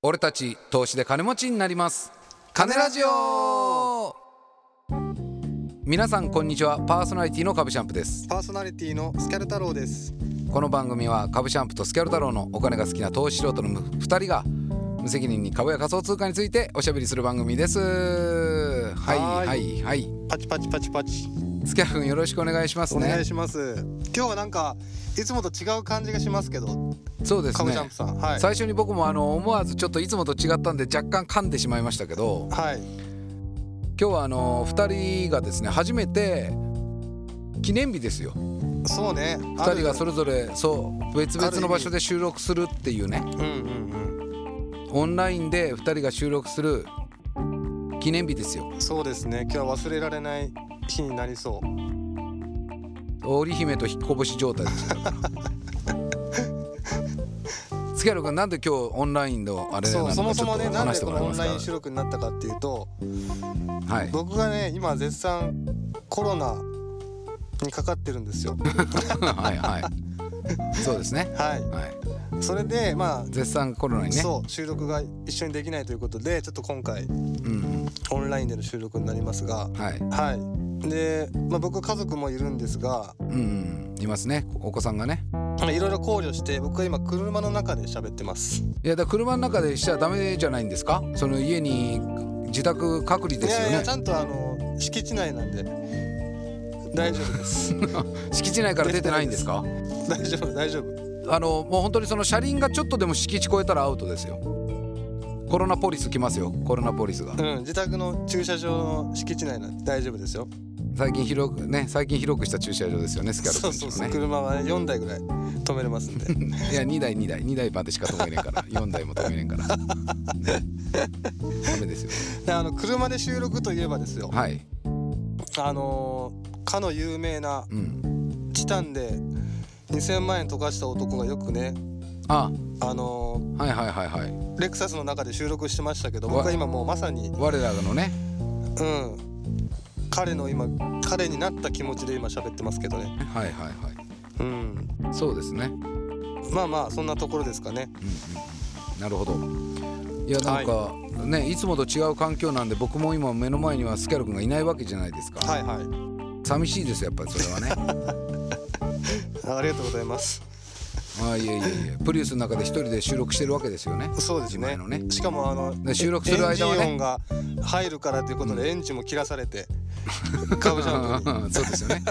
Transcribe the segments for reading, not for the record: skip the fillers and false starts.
俺たち投資で金持ちになります。金ラジオ。皆さんこんにちは。パーソナリティの株シャンプです。 パーソナリティのスキャル太郎です。 この番組は株シャンプとスキャル太郎のお金が好きな投資素人の2人が無責任に株や仮想通貨についておしゃべりする番組です。はいパチパチパチパチ。 スキャル君よろしくお願いしますね。 お願いします。今日はなんかいつもと違う感じがしますけど。 そうですね。 株シャンプさん、はい、 最初に僕も思わずちょっといつもと違ったんで若干噛んでしまいましたけど、 はい、 今日は2人がですね初めて記念日ですよ。 そうね。 2人がそれぞれそう別々の場所で収録するっていうね、オンラインで2人が収録する記念日ですよ。 そうですね。今日は忘れられない日になりそう。 織姫と引っこぼし状態ですよ。スキャル君なんで今日オンラインのあれなのかちょっと話してもらえますか。 そもそもね、なんでこのオンライン収録になったかっていうと、 はい、僕がね今絶賛コロナにかかってるんですよ。 はいはいそうですね。 はい、はい、それで絶賛コロナにね、 そう収録が一緒にできないということでちょっと今回、オンラインでの収録になりますが、はいはい。で、僕家族もいるんですが、 いますね。お子さんがねいろいろ考慮して僕は今車の中で喋ってます。 いやだから車の中でしちゃダメじゃないんですか。その家に自宅隔離ですよね。 いやちゃんと敷地内なんで大丈夫です。 敷地内から出てないんですか。 大丈夫大丈夫。 もう本当にその車輪がちょっとでも敷地越えたらアウトですよ。コロナポリス来ますよ。コロナポリスが、 自宅の駐車場の敷地内なんで大丈夫ですよ。 最近広くした駐車場ですよね。スキャル君のね。 そう車は4台ぐらい止めれますんで。 いや2台までしか止めれんから4台も止めれんから、ね、ダメですよ。 で車で収録といえばですよ、 はい、 かの有名な、チタンで2000万円溶かした男がよくね、はいレクサスの中で収録してましたけど、僕は今もうまさに我らのね、 彼になった気持ちで今喋ってますけどね。はい、 そうですね。 そんなところですかね。 なるほど。いやなんか、ね、いつもと違う環境なんで僕も今目の前にはスキャル君がいないわけじゃないですか。はいはい。寂しいですよやっぱりそれはね。 ありがとうございます。 いえプリウスの中で一人で収録してるわけですよね。 そうですね。しかも収録する間はねエンジン音が入るからということでエンジンも切らされて、株ジャンプにそうですよね。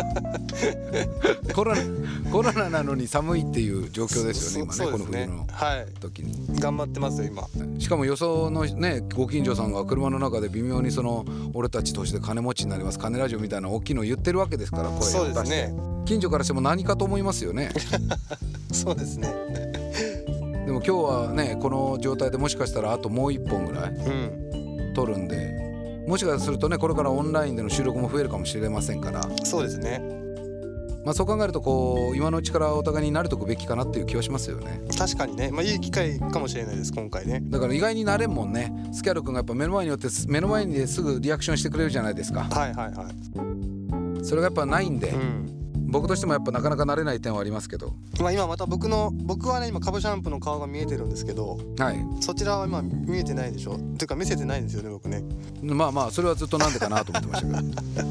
コロナなのに寒いっていう状況ですよね今ね。この冬の時に、 頑張ってますよ今。 しかも予想のねご近所さんが車の中で微妙に俺たち投資で金持ちになります金ラジオみたいな大きいの言ってるわけですから、声を出して。そうですね。近所からしても何かと思いますよね。 そうですね。 でも今日はねこの状態でもしかしたらあともう1本ぐらい撮るんで、もしかするとねこれからオンラインでの収録も増えるかもしれませんから。 そうですね。 そう考えると今のうちからお互いに慣れておくべきかなっていう気はしますよね。 確かにね、いい機会かもしれないです今回ね。 だから意外に慣れんもんね。スキャル君がやっぱ目の前にですぐリアクションしてくれるじゃないですか。それがやっぱないんで、僕としてもやっぱなかなか慣れない点はありますけど、 今また僕はね今株シャンプの顔が見えてるんですけど、そちらは今見えてないでしょ。ていうか見せてないんですよね僕ね。 それはずっとなんでかなと思ってましたけ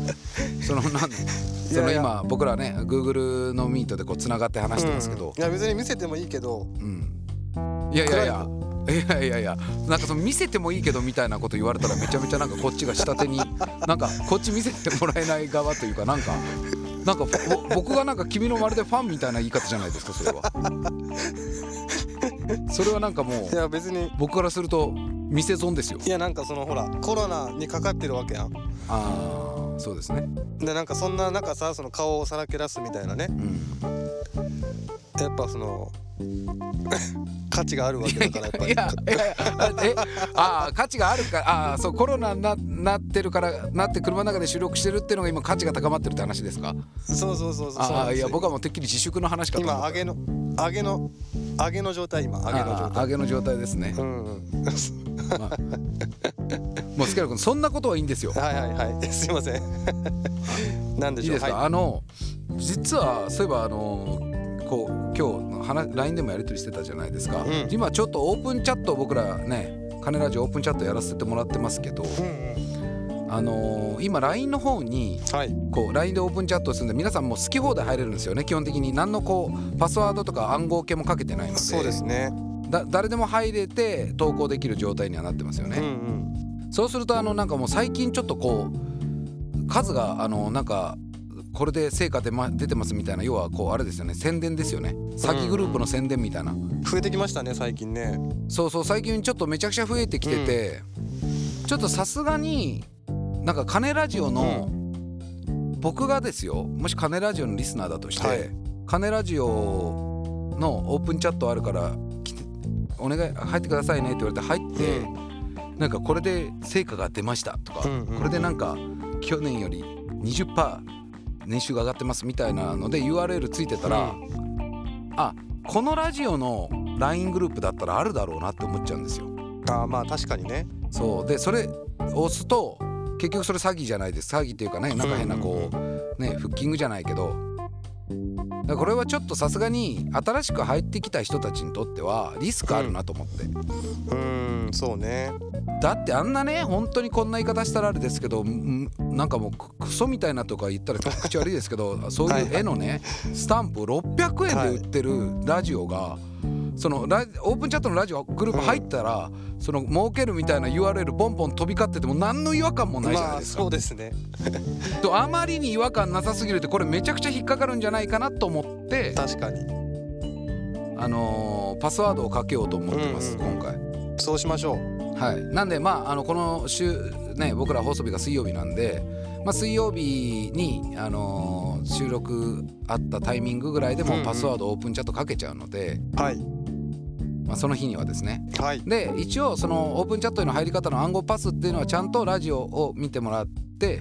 ど今僕らね Google のミートでつながって話してますけど、 いや別に見せてもいいけど、 いやなんか見せてもいいけどみたいなこと言われたらめちゃめちゃなんかこっちが下手になんかこっち見せてもらえない側というか、なんか僕がなんか君のまるでファンみたいな言い方じゃないですかそれは。それはなんかもう、いや別に僕からすると見せ損ですよ。 いやなんかほらコロナにかかってるわけやん。 そうですね。 でなんかそんな中さ顔をさらけ出すみたいなね、やっぱ価値があるわけだからやっぱり。 価値があるか。そうコロナになってるからなって車の中で収録してるっていうのが今価値が高まってるって話ですか。そう。いや僕はもうてっきり自粛の話かと思った。 今上げの状態。 上げの状態ですね。もうスキャル君そんなことはいいんですよ。 はいすいません。なんでしょう。 いいですか。実はそういえば今日の LINE でもやり取りしてたじゃないですか、 うん、 今ちょっとオープンチャット僕らね金ラジオオープンチャットやらせてもらってますけど、今 LINE の方にこう LINE でオープンチャットするんで皆さんも好き放題入れるんですよね。基本的に何のこうパスワードとか暗号系もかけてないので、 そうですね、 誰でも入れて投稿できる状態にはなってますよね、うんうん、そうするとなんかもう最近ちょっとこう数がなんかこれで成果出てますみたいな、要はこうあれですよね、宣伝ですよね、詐欺グループの宣伝みたいな、 増えてきましたね最近ね。 そう最近ちょっとめちゃくちゃ増えてきてて、ちょっとさすがになんか金ラジオの、僕がですよ、もし金ラジオのリスナーだとして、金ラジオのオープンチャットあるからお願い入ってくださいねって言われて入って、なんかこれで成果が出ましたとか、これでなんか去年より 20% 年収が上がってますみたいなので URL ついてたら、あ、このラジオの LINE グループだったらあるだろうなって思っちゃうんですよ。 まあ確かにね。そうでそれ押すと結局それ詐欺じゃないです。詐欺っていうかね、なんか変なこうねフッキングじゃないけど、だからこれはちょっとさすがに新しく入ってきた人たちにとってはリスクあるなと思って、 そうね。 だってあんなね、本当にこんな言い方したらあれですけど、なんかもうクソみたいなとか言ったら口悪いですけどそういう絵のねスタンプ600円で売ってるラジオが、そのオープンチャットのラジオグループ入ったら、その儲けるみたいな URL ポンポン飛び交ってても何の違和感もないじゃないですか。 そうですねとあまりに違和感なさすぎるってこれめちゃくちゃ引っかかるんじゃないかなと思って、 確かにパスワードをかけようと思ってます、今回。 そうしましょう。 はい、なんでこの週ね、僕ら放送日が水曜日なんで、水曜日に、収録あったタイミングぐらいでもパスワードオープンチャットかけちゃうので、その日にはですね、で一応そのオープンチャットへの入り方の暗号パスっていうのはちゃんとラジオを見てもらって、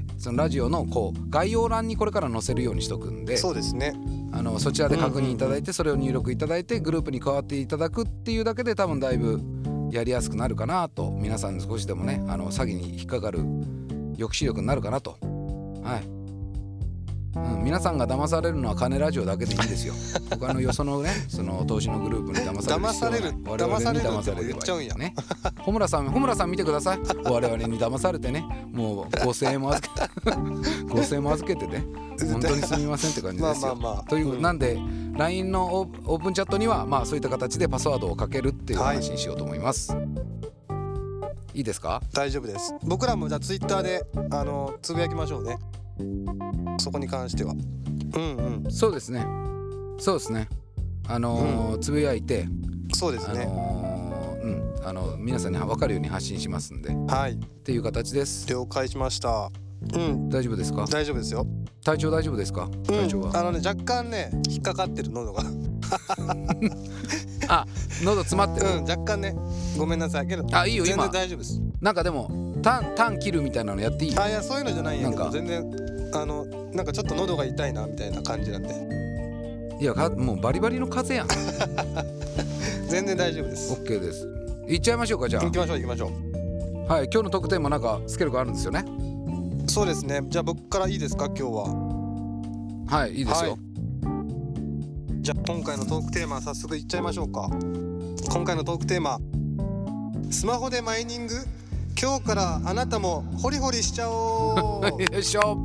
そのラジオのこう概要欄にこれから載せるようにしとくんで、 そうですね、 そちらで確認いただいて、それを入力いただいてグループに加わっていただくっていうだけで多分だいぶやりやすくなるかなと、皆さん少しでもね詐欺に引っかかる抑止力になるかなと。皆さんが騙されるのは金ラジオだけでいいんですよ。他のよそのね、その投資のグループに騙される必要はない。我々に騙されればいいね。穂村さん見てください。我々に騙されてね、もう5000円も預けてね、本当にすみませんって感じですよ。というなんで LINE のオープンチャットにはそういった形でパスワードをかけるっていう話にしようと思います。いいですか？ 大丈夫です。僕らもじゃあツイッターでつぶやきましょうね、そこに関しては。 そうですねつぶやいて、 そうですね、 皆さんに分かるように発信しますんで、っていう形です。 了解しました。 大丈夫ですか？ 大丈夫ですよ。 体調大丈夫ですか？体調は若干ね引っかかってる、喉が喉詰まってる。 若干ね、ごめんなさいけど。 いいよ、今全然大丈夫です。 なんかでもタン切るみたいなのやっていい？ いやそういうのじゃないんやけど、全然なんかちょっと喉が痛いなみたいな感じなんで。 いやもうバリバリの風邪やん。 全然大丈夫です。 OK です。いっちゃいましょうか。じゃあ行きましょう。はい、今日の特典もなんかスケルがあるんですよね。 そうですね。じゃあ僕からいいですか、今日は。 はい、いいですよ。 じゃあ今回のトークテーマ早速いっちゃいましょうか。今回のトークテーマ、スマホでマイニング、今日からあなたもホリホリしちゃおうよいしょ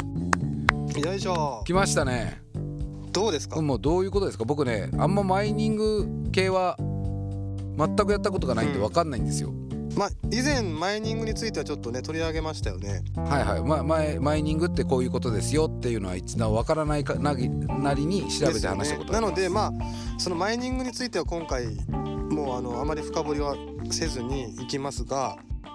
来ましたね。 どうですか？ もうどういうことですか？僕ね、あんまマイニング系は全くやったことがないんで分かんないんですよ。 以前マイニングについてはちょっとね取り上げましたよね。 マイニングってこういうことですよっていうのは一度分からないなりに調べて話したことがあります。 なのでそのマイニングについては今回もうあまり深掘りはせずにいきますが、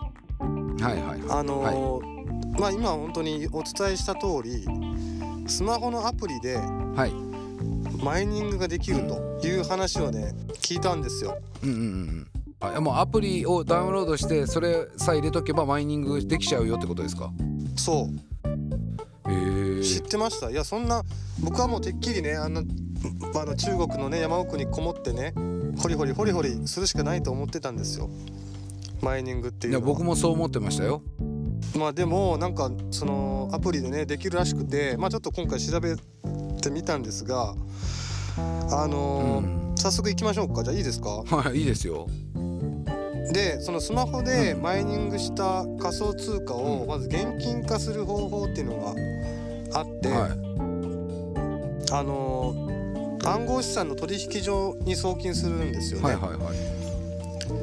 今本当にお伝えした通り、スマホのアプリでマイニングができるという話をね聞いたんですよ。 もうアプリをダウンロードしてそれさえ入れとけばマイニングできちゃうよってことですか？ そう。知ってました？いや、そんな、僕はもうてっきりね中国のね山奥にこもってねホリホリするしかないと思ってたんですよ、マイニングっていうのは。 いや僕もそう思ってましたよ。 でもなんかそのアプリでねできるらしくて、ちょっと今回調べてみたんですが、 早速行きましょうか。じゃあいいですか？ はい、いいですよ。 でそのスマホでマイニングした仮想通貨をまず現金化する方法っていうのがあって、 はい、 暗号資産の取引所に送金するんですよね。 はいはいはい。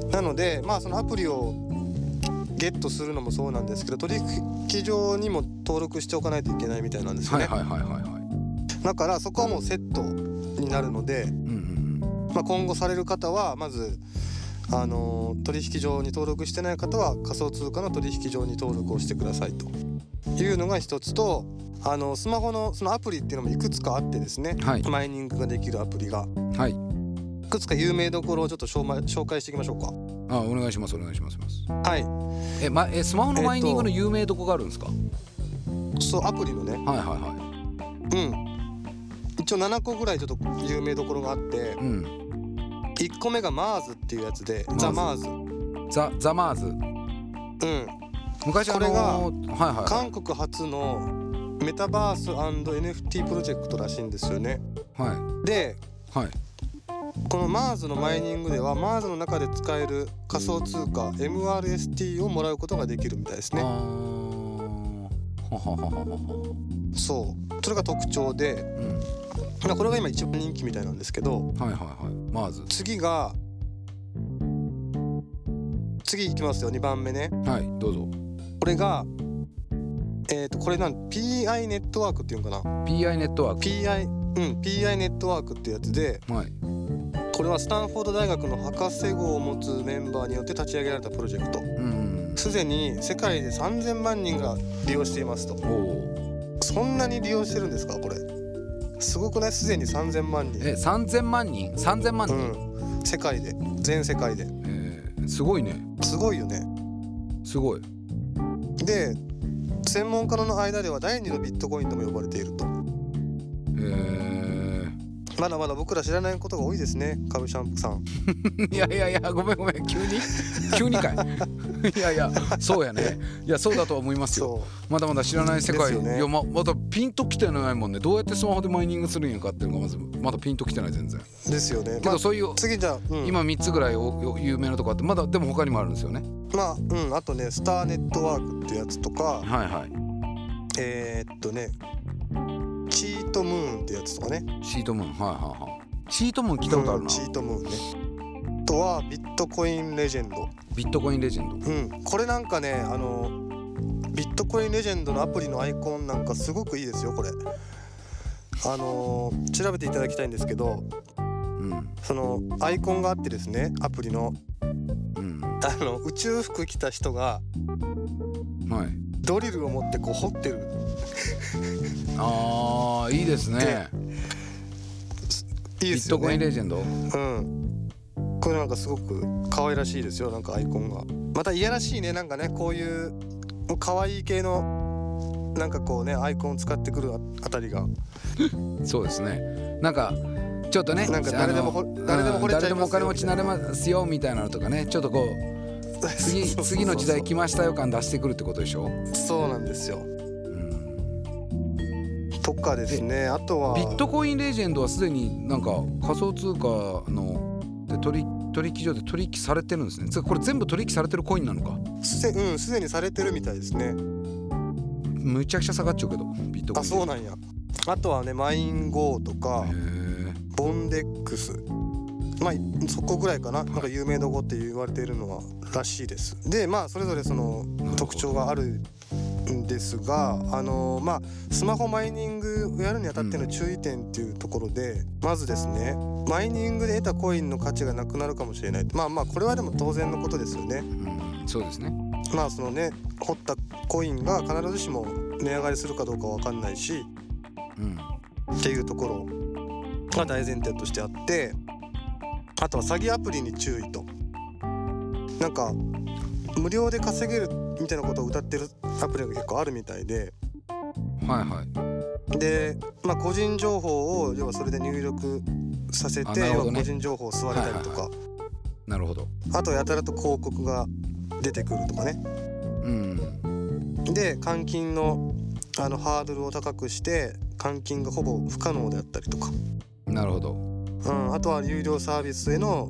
なのでそのアプリをゲットするのもそうなんですけど、取引所にも登録しておかないといけないみたいなんですよね。 はいはいはいはいはい。 だからそこはもうセットになるので、今後される方はまず取引所に登録してない方は仮想通貨の取引所に登録をしてくださいというのが一つと、スマホのそのアプリっていうのもいくつかあってですね、 はい、 マイニングができるアプリが、 はい、 いくつか有名どころをちょっと紹介していきましょうか。 お願いしますお願いします。 はい。 スマホのマイニングの有名どこがあるんですか？ そうアプリのね、 はいはいはい。 一応7個ぐらいちょっと有名どころがあって、1個目がマーズっていうやつで、ザ・マーズ。 ザ・マーズ。昔これがはいはい、 韓国初のメタバース&NFT プロジェクトらしいんですよね。 はい。 で、 はい、 このマーズのマイニングではマーズの中で使える仮想通貨 MRST をもらうことができるみたいですね。そうそれが特徴で、これが今一番人気みたいなんですけど、 はいはいはい。マーズ。 次いきますよ。2番目ね。 はい、どうぞ。 これがこれPI ネットワークっていうのかな。 PI ネットワーク。 PI ネットワークってやつで、 はい、 これはスタンフォード大学の博士号を持つメンバーによって立ち上げられたプロジェクト。すでに世界で3000万人が利用していますと。そんなに利用してるんですか？これすごくない？すでに3000万人。 3000万人3000万人、 世界で、全世界で、 すごいね。 すごいよね。 すごい。 で専門家の間では第2のビットコインとも呼ばれていると。まだまだ僕ら知らないことが多いですね、カブシャンプさん。 いやごめん急にかい。いやそうやね。いやそうだとは思いますよ。まだまだ知らない世界、ね、いや まだピンときてないもんね。どうやってスマホでマイニングするんやかっていうのがまだピンときてない。全然ですよね。 けどそういう、 次じゃあ、 今3つぐらい有名なとこあって、まだでも他にもあるんですよね。 あとね、スターネットワークってやつとか、 はいはい、 チートムーンってやつとかね。 チートムーン、チートムーン聞いたことあるな。 チートムーンね。あとはビットコインレジェンド。 ビットコインレジェンド。 これなんかね、ビットコインレジェンドのアプリのアイコンなんかすごくいいですよこれ。調べていただきたいんですけど、そのアイコンがあってですね、アプリの、宇宙服着た人が、ドリルを持ってこう掘ってる。 いいですね。 いいですよね。 ビットコインレジェンド。 これなんかすごく可愛らしいですよ。なんかアイコンがまたいやらしいね。なんかね、こういう可愛い系のなんかこうね、アイコンを使ってくるあたりがそうですね。なんかちょっとね、 なんか誰でも掘れちゃいますよ、 誰でもお金持ちになれますよみたいなのとかね、ちょっとこう次の時代来ましたよ感出してくるってことでしょ。 そうなんですよ。とかですね。あとはビットコインレジェンドはすでになんか仮想通貨ので取引所で取引されてるんですね。これ全部取引されてるコインなのか。 すでにされてるみたいですね。 むちゃくちゃ下がっちゃうけどビットコイン。 そうなんや。あとはね、マインゴーとかボンデックス、そこぐらいかな。なんか有名どこって言われているのはらしいです。でそれぞれその特徴があるんですが、スマホマイニングをやるにあたっての注意点っていうところで、まずですね、マイニングで得たコインの価値がなくなるかもしれない。これはでも当然のことですよね。 そうですね。 そのね、掘ったコインが必ずしも値上がりするかどうかは分かんないし、っていうところが大前提としてあって、あとは詐欺アプリに注意と。なんか無料で稼げるみたいなことを歌ってるアプリが結構あるみたいで、で、個人情報を要はそれで入力させて、個人情報を吸われたりとか、 なるほど。 あとやたらと広告が出てくるとかね。で、換金のハードルを高くして換金がほぼ不可能であったりとか。 なるほど。 あとは有料サービスへの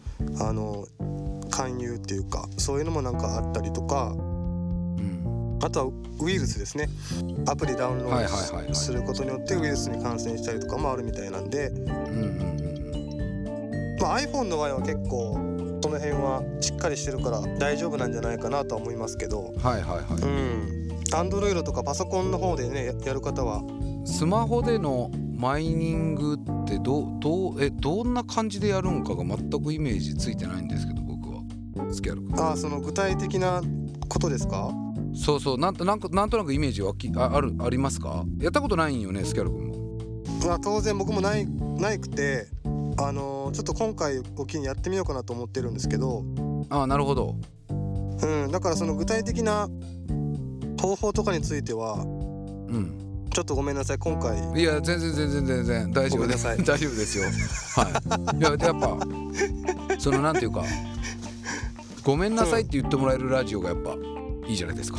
勧誘っていうかそういうのもなんかあったりとか、あとはウイルスですね。アプリダウンロードすることによってウイルスに感染したりとかもあるみたいなんで、iPhone の場合は結構その辺はしっかりしてるから大丈夫なんじゃないかなとは思いますけど、Android とかパソコンの方でねやる方はスマホでのマイニングってどんな感じでやるんかが全くイメージついてないんですけど、僕はスキャル君。 その具体的なことですか？ そうなんとなくイメージはありますか？やったことないんよね、スキャル君も。 当然僕もないくてちょっと今回お気にやってみようかなと思ってるんですけど。 なるほど。 だからその具体的な方法とかについてはちょっとごめんなさい今回。 いや全然大丈夫です。大丈夫ですよ。はい。いややっぱそのなんていうかごめんなさいって言ってもらえるラジオがやっぱいいじゃないですか。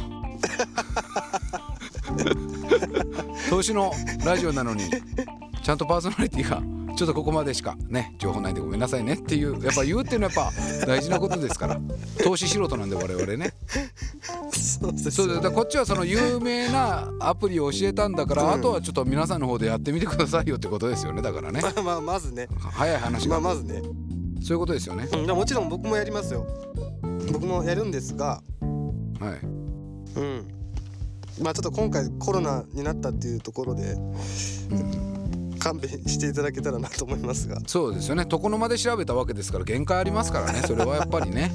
投資のラジオなのにちゃんとパーソナリティがちょっとここまでしかね情報ないんでごめんなさいねっていうやっぱ言うっていうのはやっぱ大事なことですから。投資素人なんで我々ね。そうだこっちはその有名なアプリを教えたんだから、あとはちょっと皆さんの方でやってみてくださいよってことですよね。だからねまずね早い話がまずねそういうことですよね。 もちろん僕もやりますよ。僕もやるんですが、ちょっと今回コロナになったっていうところで、勘弁していただけたらなと思いますが。 そうですよね。床の間で調べたわけですから限界ありますからね。それはやっぱりね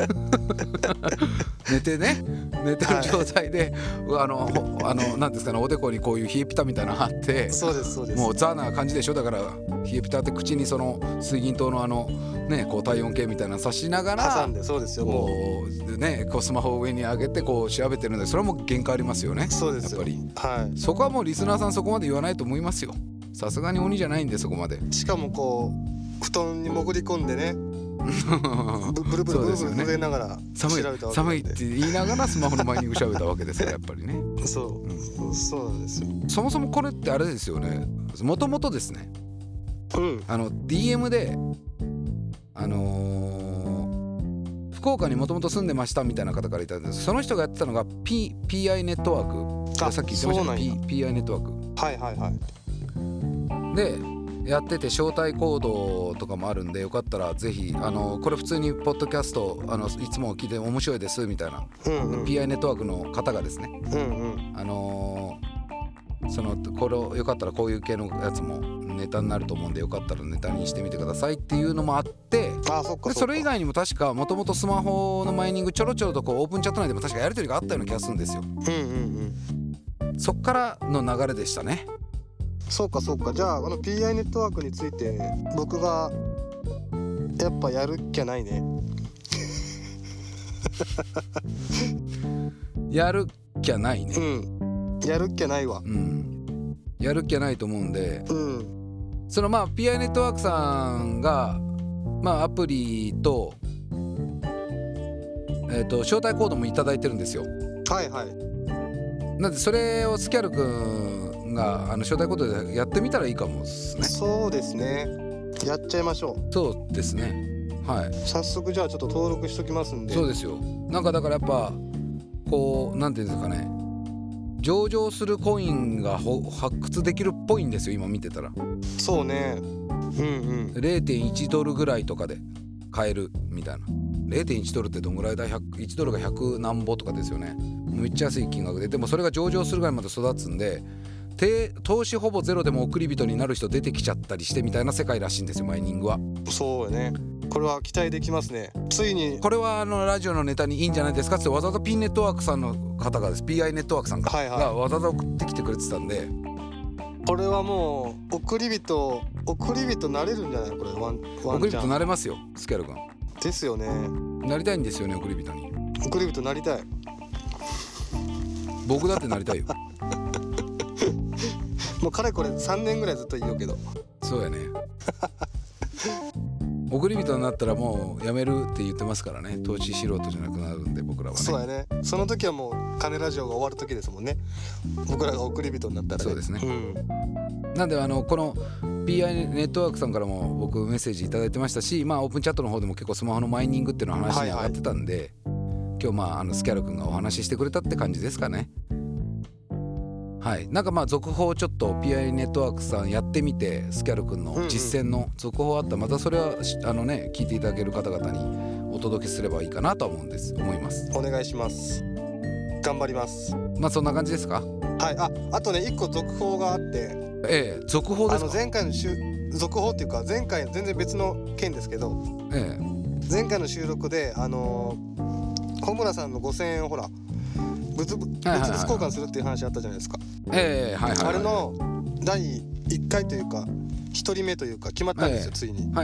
寝てる状態で、なんですかね、おでこにこういう冷えピタみたいなのがあって、 そうですもうザな感じでしょ。だから冷えピタって口にその水銀灯のこう体温計みたいなの刺しながら挟んで、そうですよ。 こうスマホを上に上げてこう調べてるので、それはもう限界ありますよね。 そうですよ。 やっぱり、そこはもうリスナーさんそこまで言わないと思いますよ。さすがに鬼じゃないんでそこまで。 しかもこう布団に潜り込んでねブルブル震えながら調べたわけで、 寒いって言いながらスマホのマイニング調べたわけですからやっぱりね。 そうなんですよ。 そもそもこれってあれですよね。もともとですね、DM で福岡にもともと住んでましたみたいな方からいたんです。その人がやってたのが、PI ネットワーク。さっき言ってましたね。PI ネットワーク。でやってて招待コードとかもあるんで、よかったらぜひこれ普通にポッドキャストいつも聞いて面白いですみたいな、PI ネットワークの方がですね、これよかったらこういう系のやつもネタになると思うんで、よかったらネタにしてみてくださいっていうのもあって、でそれ以外にも確かもともとスマホのマイニングちょろとこうオープンチャット内でも確かやり取りがあったような気がするんですよ。そっからの流れでしたね。 そうか。じゃあPI ネットワークについて僕がやっぱやるっきゃないねやるっきゃないね。 やるっきゃないわ。 やるっきゃないと思うんで、そのPI ネットワークさんがアプリと招待コードもいただいてるんですよ。なんでそれをスキャル君が招待コードでやってみたらいいかもですね。 そうですね。やっちゃいましょう。 そうですね。 早速じゃあちょっと登録しときますんで。 そうですよ。だからやっぱこうなんていうんですかね、上場するコインが発掘できるっぽいんですよ今見てたら。 そうね。 0.1 ドルぐらいとかで買えるみたいな。0.1 ドルってどんぐらいだ。1ドルが100何ぼとかですよね。めっちゃ安い金額でもそれが上場するぐらいまで育つんで、投資ほぼゼロでも送り人になる人出てきちゃったりしてみたいな世界らしいんですよ、マイニングは。 そうよね。これは期待できますね。ついにこれはラジオのネタにいいんじゃないですかってわざわざ P ネットワークさんの方がです PI ネットワークさんがわざわざ送ってきてくれてたんで、 これはもう送り人なれるんじゃない？これワンチャン送り人なれますよ、スキャル君。 ですよね。 なりたいんですよね、送り人に。 送り人なりたい。 僕だってなりたいよもうかれこれ3年ぐらいずっと言うけど。 そうやね送り人になったらもうやめるって言ってますからね。投資素人じゃなくなるんで僕らはね。 そうやね。その時はもう金ラジオが終わる時ですもんね。僕らが送り人になったらね。 そうですね。なんでこの PI ネットワークさんからも僕メッセージいただいてましたし、オープンチャットの方でも結構スマホのマイニングっていうの話に上がってたんで、今日スキャル君がお話ししてくれたって感じですかね。はい、なんか続報ちょっと PI ネットワークさんやってみて、スキャル君の実践の続報あったらまたそれは聞いていただける方々にお届けすればいいかなと思います。 お願いします。頑張ります。 そんな感じですか。 はい。あとね1個続報があって、 続報ですか。 前回の続報っていうか、前回全然別の件ですけど、前回の収録で穂村さんの5000円をほら物々交換するっていう話あったじゃないですか。あれの第1回というか1人目というか決まったんですよ、ついに。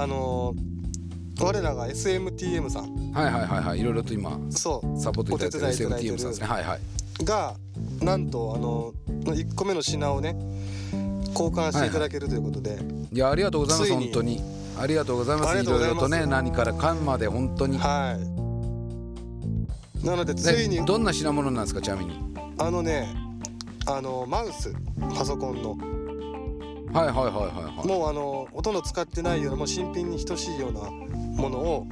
我らが SMTM さん、 いろいろと今サポートいただいてる SMTM さんですね。 がなんと1個目の品をね交換していただけるということで、 いやありがとうございます。本当にありがとうございます。いろいろとね、何からかんまで本当に。 なのでついにどんな品物なんですか。ちなみにマウス、パソコンのもうほとんど使ってないような、もう新品に等しいようなものを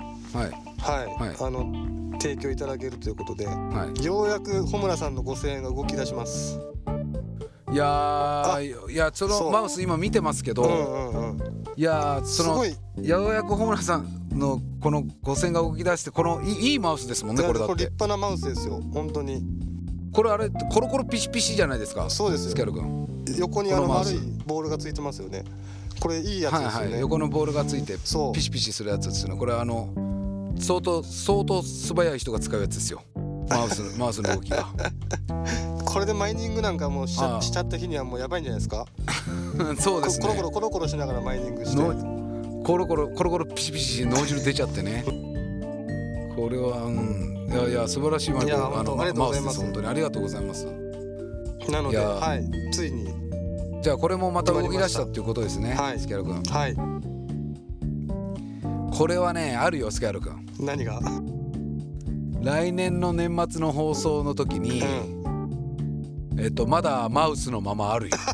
提供いただけるということで、ようやく穂村さんの5000円が動き出します。 いやそのマウス今見てますけど、いやそのようやく穂村さんのこの5000が動き出して、このいいマウスですもんね。これだって立派なマウスですよ本当に。 これコロコロピシピシじゃないですか。 そうですよ。 スキャル君横に丸いボールがついてますよね。これいいやつですよね。 横のボールがついてピシピシするやつですよね。これ相当素早い人が使うやつですよ。マウスの動きがこれでマイニングなんかもうしちゃった日にはもうやばいんじゃないですか。 そうですね。 コロコロしながらマイニングしてコロコロピシピシ脳汁出ちゃってねこれはいや素晴らしいマウスです。本当にありがとうございます。 なのでついにじゃあこれもまた動き出したっていうことですね。スキャル君。これはねあるよスキャル君。 何が。 来年の年末の放送の時に、まだマウスのままあるよ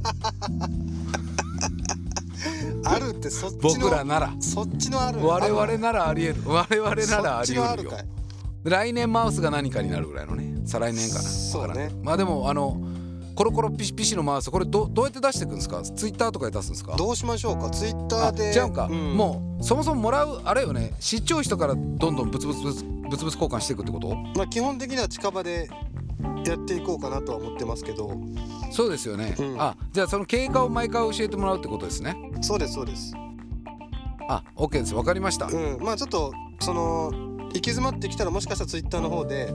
あるってそっちの僕らならそっちのある我々ならありえる。我々ならありえるよ。来年マウスが何かになるぐらいのね。再来年かな。 そうね。 でもコロコロピシピシのマウス、これどうやって出していくんですか。ツイッターとかで出すんですか。 どうしましょうか。ツイッターで。 違うか、もうそもそももらうあれよね。視聴者からどんどんブツブツ交換していくってこと。 基本的には近場でやっていこうかなとは思ってますけど。 そうですよね。じゃあその経過を毎回教えてもらうってことですね。 そうですそうです。 OK です。わかりました。 ちょっと行き詰まってきたらもしかしたらツイッターの方で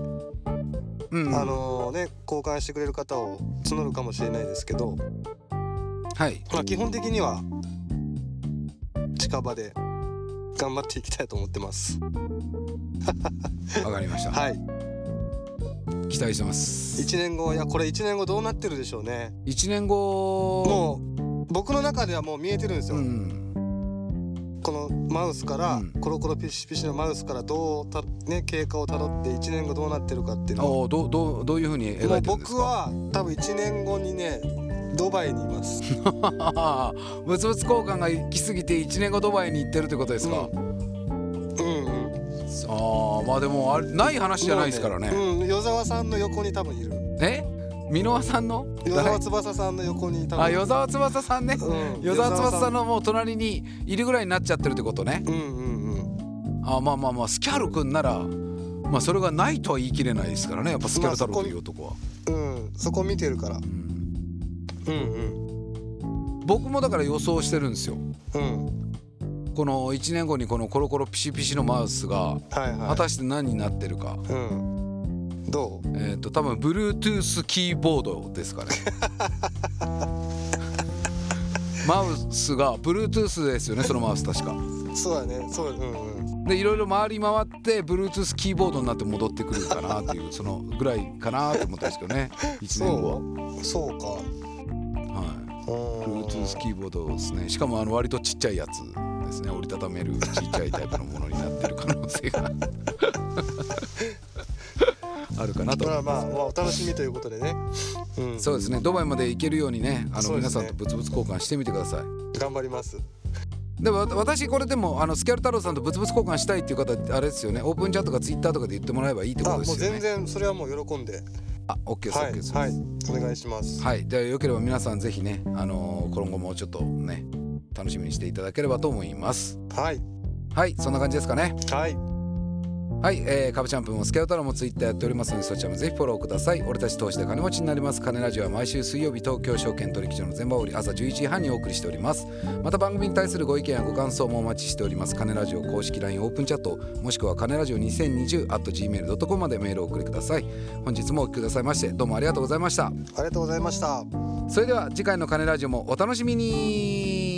交換してくれる方を募るかもしれないですけど、基本的には近場で頑張っていきたいと思ってますわかりました。期待してます。 1年後、これ1年後どうなってるでしょうね。 1年後もう僕の中ではもう見えてるんですよ。このマウスからコロコロピシピシのマウスからどう経過をたどって1年後どうなってるかっていうのをどういう風に描いてるんですか。 僕は多分1年後にねドバイにいます物々交換が行き過ぎて1年後ドバイに行ってるってことですか。でもない話じゃないですからね。 与沢さんの横に多分いる。 箕輪さんの与沢翼さんの横に多分。 与沢翼さんね。与沢翼さんのもう隣にいるぐらいになっちゃってるってことね。スキャル君ならそれがないとは言い切れないですからね。やっぱスキャル太郎という男はそこ見てるから。 僕もだから予想してるんですよ。この1年後にこのコロコロピシピシのマウスが果たして何になってるか。 どう？ 多分 Bluetooth キーボードですかねマウスが Bluetooth ですよね。そのマウス確か。 そうだね。 でいろいろ回り回って Bluetooth キーボードになって戻ってくるかなっていうそのぐらいかなと思ったんですけどね。1年後は。 そうか。 Bluetooth キーボードですね。しかも割とちっちゃいやつですね。折りたためるちっちゃいタイプのものになってる可能性がああるかなと思います。 まあお楽しみということでね、 そうですね、ドバイまで行けるようにね、 そうですね皆さんと物々交換してみてください。 頑張ります。 でも私これでもスキャル太郎さんと物々交換したいっていう方、あれですよね、オープンチャットかツイッターとかで言ってもらえばいいってことですよね。 もう全然それはもう喜んで。 OK です、OK です。 はい、お願いします。 はい、じゃあよければ皆さんぜひね、今後もちょっとね楽しみにしていただければと思います。 はい、 はい、そんな感じですかね。 はい、 はい、カブチャンプもスキャル太郎もツイッターやっておりますので、そちらもぜひフォローください。俺たち投資で金持ちになります。金ラジオは毎週水曜日、東京証券取引所の全場売り朝11時半にお送りしております。また番組に対するご意見やご感想もお待ちしております。金ラジオ公式 LINE オープンチャット、もしくは金ラジオ2020@gmail.com までメールをお送りください。本日もお聞きくださいましてどうもありがとうございました。 ありがとうございました。 それでは次回の金ラジオもお楽しみに。